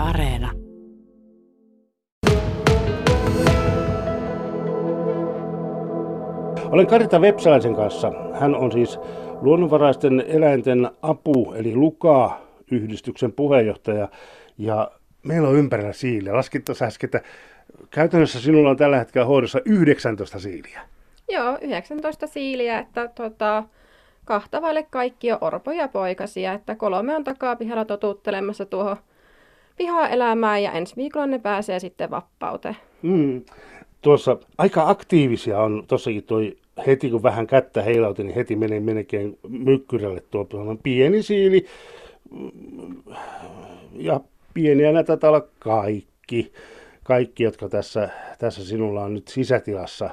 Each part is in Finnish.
Areena. Olen Karita Vepsäläisen kanssa. Hän on siis Luonnonvaraisten eläinten apu eli LUKA-yhdistyksen puheenjohtaja. Ja meillä on ympärillä siiliä. Laskin tuossa äsken, että käytännössä sinulla on tällä hetkellä hoidossa 19 siiliä. Joo, 19 siiliä, että kahta vaille kaikki on orpoja poikasia, että 3 on takapihalla totuttelemassa tuohon pihaelämään ja ensi viikolla ne pääsee sitten vappauteen. Tuossa aika aktiivisia on tossakin toi, heti kun vähän kättä heilautin, niin heti menee melkein mykkyrälle tuo pieni siili. Ja pieniä näitä taitaa olla kaikki, jotka tässä sinulla on nyt sisätilassa.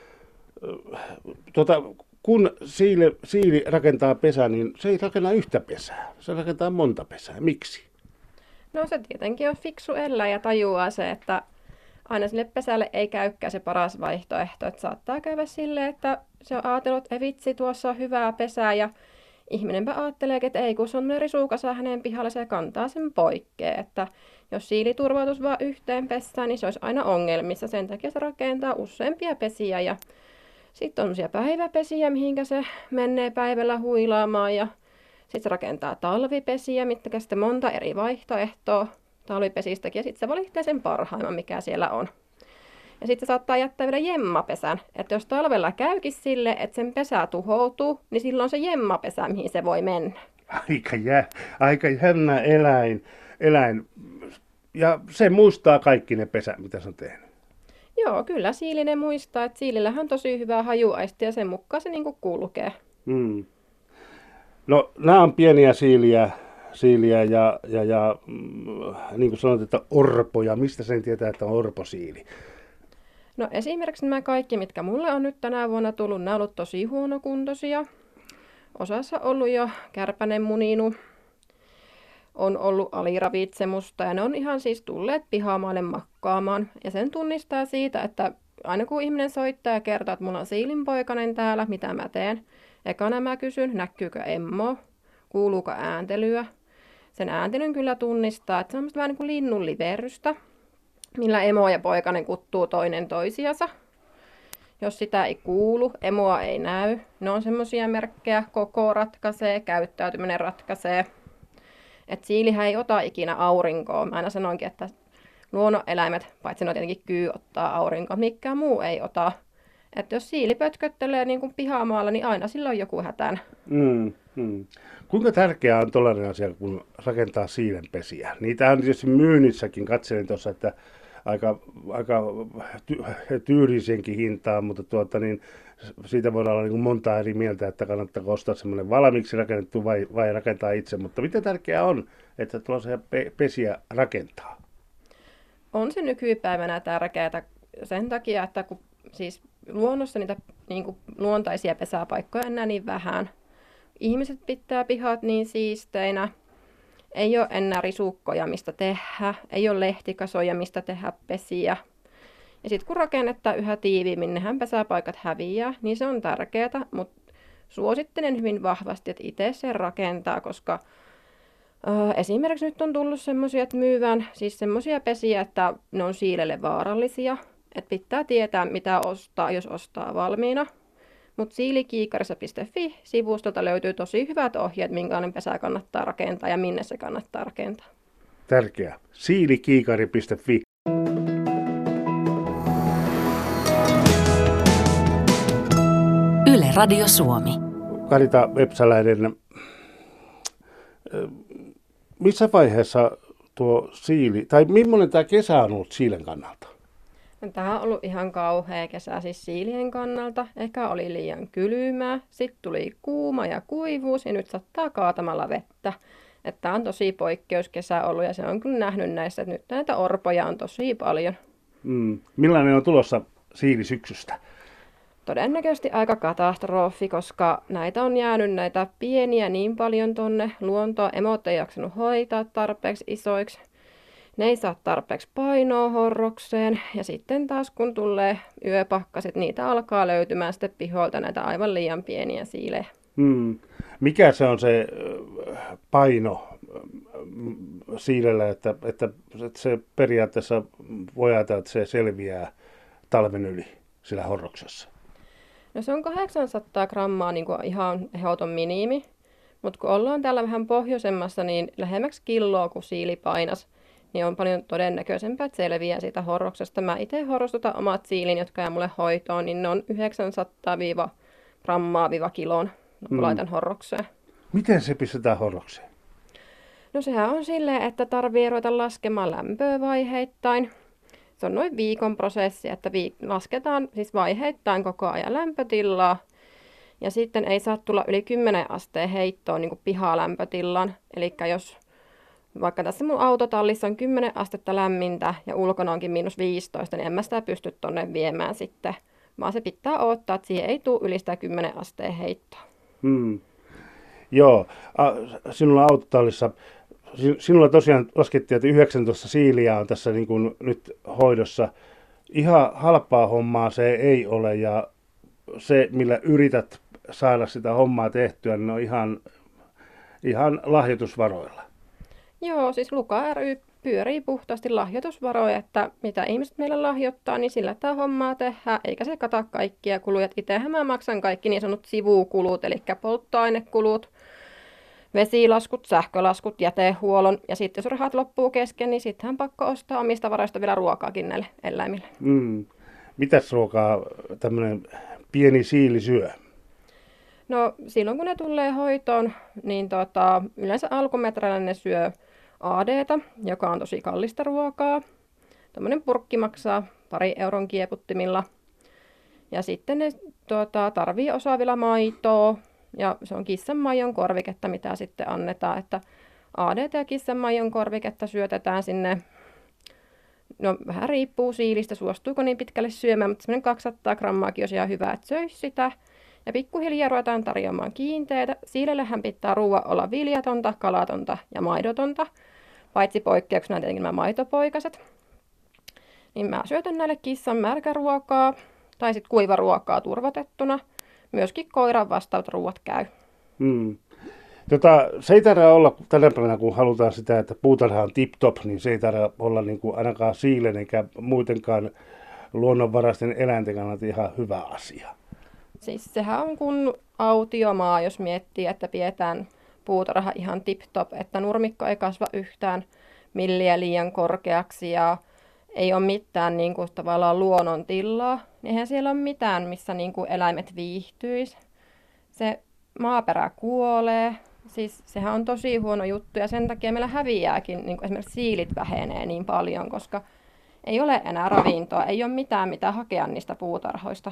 Kun siili rakentaa pesää, niin se ei rakenna yhtä pesää. Se rakentaa monta pesää. Miksi? No se tietenkin on fiksu eläin ja tajuaa se, että aina sille pesälle ei käykään se paras vaihtoehto. Että saattaa käydä silleen, että se on ajatellut, että vitsi, tuossa on hyvää pesää ja ihminenpä ajattelee, että ei, kun se on risukasa hänen pihalle, se kantaa sen poikkeen. Että jos siili turvautuisi vain yhteen pesään, niin se olisi aina ongelmissa. Sen takia se rakentaa useampia pesiä ja sitten on sellaisia päiväpesiä, mihinkä se menee päivällä huilaamaan ja sitten se rakentaa talvipesiä, mitkä sitten monta eri vaihtoehtoa talvipesistäkin ja sitten se valitsee sen parhaimman, mikä siellä on. Ja sitten se saattaa jättää vielä jemmapesän, että jos talvella käykin sille, että sen pesä tuhoutuu, niin silloin se jemmapesä, mihin se voi mennä. Aika jännä eläin. Ja se muistaa kaikki ne pesät, mitä se on tehnyt. Joo, kyllä siilinen muistaa, että siilillähän on tosi hyvä hajuaisti ja sen mukaan se niinku kulkee. No, nämä on pieniä siiliä ja niin kuin sanoit, että orpoja. Mistä sen tietää, että on orposiili? No esimerkiksi nämä kaikki, mitkä mulle on nyt tänä vuonna tullut, nämä on ollut tosi huonokuntoisia. Osassa on ollut jo kärpänen muninu, on ollut aliravitsemusta ja ne on ihan siis tulleet pihamaalle makkaamaan. Ja sen tunnistaa siitä, että aina kun ihminen soittaa ja kertoo, että mulla on siilinpoikainen täällä, mitä mä teen. Ekana mä kysyn, näkyykö emmo, kuuluuko ääntelyä. Sen ääntelyn kyllä tunnistaa, että se on vähän niin kuin linnun liverrystä, millä emo ja poikainen kuttuu toinen toisiansa. Jos sitä ei kuulu, emoa ei näy. Ne on semmoisia merkkejä, koko ratkaisee, käyttäytyminen ratkaisee. Että siilihän ei ota ikinä aurinkoa. Mä aina sanoinkin, että luonnoneläimet, paitsi no tietenkin kyy ottaa aurinkoa, mikään muu ei ota. Että jos siili pötköttelee niin kuin pihamaalla, niin aina sillä on joku hätänä. Kuinka tärkeää on tollainen asia, kun rakentaa siilenpesiä? Niitä on tietysti myynnissäkin, katselin tuossa, että aika tyylisenkin hintaan, mutta siitä voidaan olla niin kuin monta eri mieltä, että kannattaako ostaa semmoinen valmiiksi rakennettu vai rakentaa itse. Mutta miten tärkeää on, että tuollaisia pesiä rakentaa? On se nykypäivänä tärkeää sen takia, että kun siis luonnossa niitä niin kuin luontaisia pesäpaikkoja enää niin vähän. Ihmiset pitää pihat niin siisteinä. Ei ole enää risukkoja, mistä tehdä. Ei ole lehtikasoja, mistä tehdä pesiä. Ja sitten kun rakennetaan yhä tiiviimmin, nehän pesäpaikat häviää, niin se on tärkeää. Mutta suosittelen hyvin vahvasti, että itse sen rakentaa, koska esimerkiksi nyt on tullut semmoisia, että myyvään siis semmoisia pesiä, että ne on siilelle vaarallisia. Että pitää tietää, mitä ostaa, jos ostaa valmiina. Mutta siilikiikarissa.fi-sivustolta löytyy tosi hyvät ohjeet, minkälainen pesä kannattaa rakentaa ja minne se kannattaa rakentaa. Tärkeää. Siilikiikari.fi. Yle Radio Suomi. Karita Vepsäläinen, missä vaiheessa tuo siili, tai millainen tämä kesä on ollut siilen kannalta? Tämä on ollut ihan kauhea kesä siis siilien kannalta. Ehkä oli liian kylmää, sitten tuli kuuma ja kuivuus ja nyt sattaa kaatamalla vettä. Tämä on tosi poikkeuskesä ollut ja se on kyllä nähnyt näissä, että nyt näitä orpoja on tosi paljon. Millainen on tulossa siilisyksystä? Todennäköisesti aika katastrofi, koska näitä on jäänyt näitä pieniä niin paljon tonne luontoon. Emot ei jaksanut hoitaa tarpeeksi isoiksi. Ne ei saa tarpeeksi painoa horrokseen ja sitten taas kun tulee yöpakkaset, niitä alkaa löytymään sitten piholta näitä aivan liian pieniä siilejä. Mikä se on se paino siilellä, että se periaatteessa voi ajatella, että se selviää talven yli sillä horroksessa? No se on 800 grammaa niin kuin ihan ehdoton minimi, mutta kun ollaan täällä vähän pohjoisemmassa, niin lähemmäksi kiloa kuin siili painas, niin on paljon todennäköisempää, että selviää siitä horroksesta. Mä itse horrostutan omat siilin, jotka jää mulle hoitoon, niin ne on 900-grammaa-kiloon, kun laitan horrokseen. Miten se pistetään horrokseen? No sehän on silleen, että tarvii ruveta laskemaan lämpöä vaiheittain. Se on noin viikon prosessi, että lasketaan siis vaiheittain koko ajan lämpötilaa. Ja sitten ei saa tulla yli 10 asteen heittoon niin kuin pihalämpötilaan. Eli jos vaikka tässä mun autotallissa on 10 astetta lämmintä ja ulkona onkin -15, niin en mä sitä pysty tonne viemään sitten. Vaan se pitää odottaa, että siihen ei tule yli sitä 10 asteen heittoa. Joo, sinulla autotallissa, sinulla tosiaan laskettiin, että 19 siiliä on tässä niin kuin nyt hoidossa. Ihan halpaa hommaa se ei ole, ja se, millä yrität saada sitä hommaa tehtyä, niin on ihan lahjoitusvaroilla. Joo, siis Luka ry pyörii puhtaasti lahjoitusvaroja, että mitä ihmiset meillä lahjoittaa, niin sillä tämä hommaa tehdään, eikä se kata kaikkia kuluja. Itsehän mä maksan kaikki niin sanotut sivukulut, eli polttoainekulut, vesilaskut, sähkölaskut, jätehuollon, ja sitten jos rahat loppuu kesken, niin sittenhän pakko ostaa omista varoista vielä ruokaakin näille eläimille. Mitäs ruokaa tämmöinen pieni siili syö? No silloin kun ne tulee hoitoon, niin yleensä alkumetreillä ne syö AD:ta, joka on tosi kallista ruokaa. Tämmöinen purkki maksaa 2 euron kieputtimilla. Ja sitten ne tarvii osaavilla maitoa, ja se on kissanmaijon korviketta, mitä sitten annetaan. Että AD:tä ja kissanmaijon korviketta syötetään sinne. No vähän riippuu siilistä, suostuuko niin pitkälle syömään, mutta semmoinen 200 grammaakin olisi ihan hyvä, että söisi sitä. Ja pikkuhiljaa ruvetaan tarjoamaan kiinteitä. Siilellähän pitää ruoa olla viljatonta, kalatonta ja maidotonta, paitsi poikkeuksena tietenkin nämä maitopoikaset. Niin mä syötän näille kissan märkäruokaa tai sitten kuivaruokaa turvotettuna. Myöskin koiran vastaavat ruoat käy. Se ei tarvitse olla tänä päivänä, kun halutaan sitä, että puutarha on tip-top, niin se ei tarvitse olla niin kuin ainakaan siilen eikä muutenkaan luonnonvaraisten eläinten kannalta ihan hyvä asia. Siis sehän on kuin autiomaa, jos miettii, että pidetään puutarha ihan tip-top, että nurmikko ei kasva yhtään milliä liian korkeaksi ja ei ole mitään niin kuin, tavallaan luonnontilaa. Eihän siellä ole mitään, missä niin kuin, eläimet viihtyisi. Se maaperä kuolee. Siis sehän on tosi huono juttu ja sen takia meillä häviääkin, niin kuin esimerkiksi siilit vähenee niin paljon, koska ei ole enää ravintoa, ei ole mitään mitä hakea niistä puutarhoista.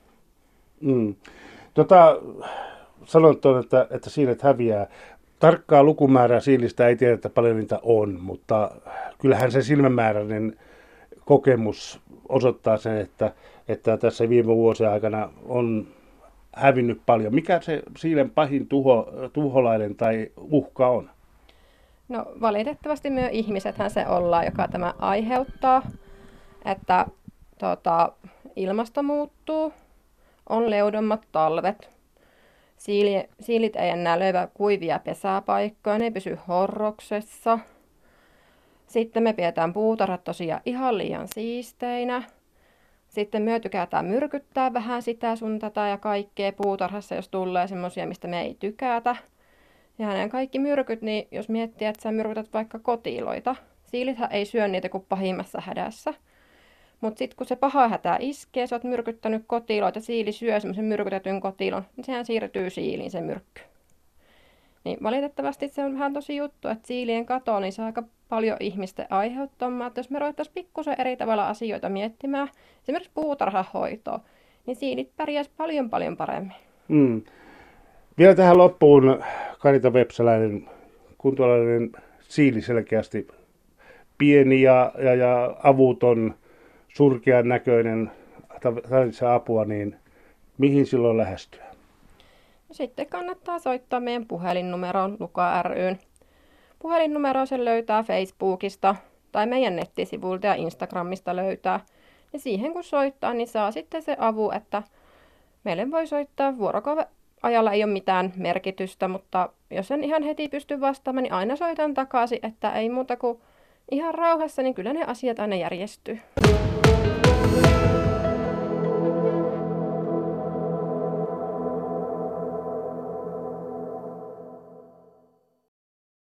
Sanoit tuon, että siilet häviää. Tarkkaa lukumäärää siilistä ei tiedä, että paljon niitä on, mutta kyllähän se silmämääräinen kokemus osoittaa sen, että tässä viime vuosien aikana on hävinnyt paljon. Mikä se siilen pahin tuholainen tai uhka on? No valitettavasti me ihmisethän se ollaan, joka tämä aiheuttaa, että ilmasto muuttuu, on leudommat talvet, siilit ei enää löyvä kuivia pesäpaikkoja, ne ei pysy horroksessa. Sitten me pidetään puutarhat tosiaan ihan liian siisteinä. Sitten me tykätään myrkyttää vähän sitä sun tätä ja kaikkea puutarhassa, jos tulee semmoisia, mistä me ei tykätä. Ja nämä kaikki myrkyt, niin jos miettii, että sä myrkytät vaikka kotiloita, siilithän ei syö niitä kuin pahimmassa hädässä. Mutta sitten kun se paha hätä iskee, sä oot myrkyttänyt kotiloita, siili syö semmoisen myrkytetyn kotilon, niin sehän siirtyy siiliin se myrkky. Niin valitettavasti se on vähän tosi juttu, että siilien kato, niin se aika paljon ihmisten aiheuttamaa. Että jos me ruvettaisiin pikkusen eri tavalla asioita miettimään, esimerkiksi puutarhahoitoa, niin siilit pärjäisi paljon paremmin. Vielä tähän loppuun, Karita Vepsäläinen, kun tuollainen siili selkeästi pieni ja avuton, surkean näköinen, tarvitsee apua, niin mihin silloin lähestyä? No sitten kannattaa soittaa meidän puhelinnumeroon Luka ry:n. Puhelinnumero sen löytää Facebookista tai meidän nettisivuilta ja Instagramista löytää. Ja siihen kun soittaa, niin saa sitten se avu, että meille voi soittaa vuorokauden ajalla ei ole mitään merkitystä, mutta jos en ihan heti pysty vastaamaan, niin aina soitan takaisin, että ei muuta kuin ihan rauhassa, niin kyllä ne asiat aina järjestyy.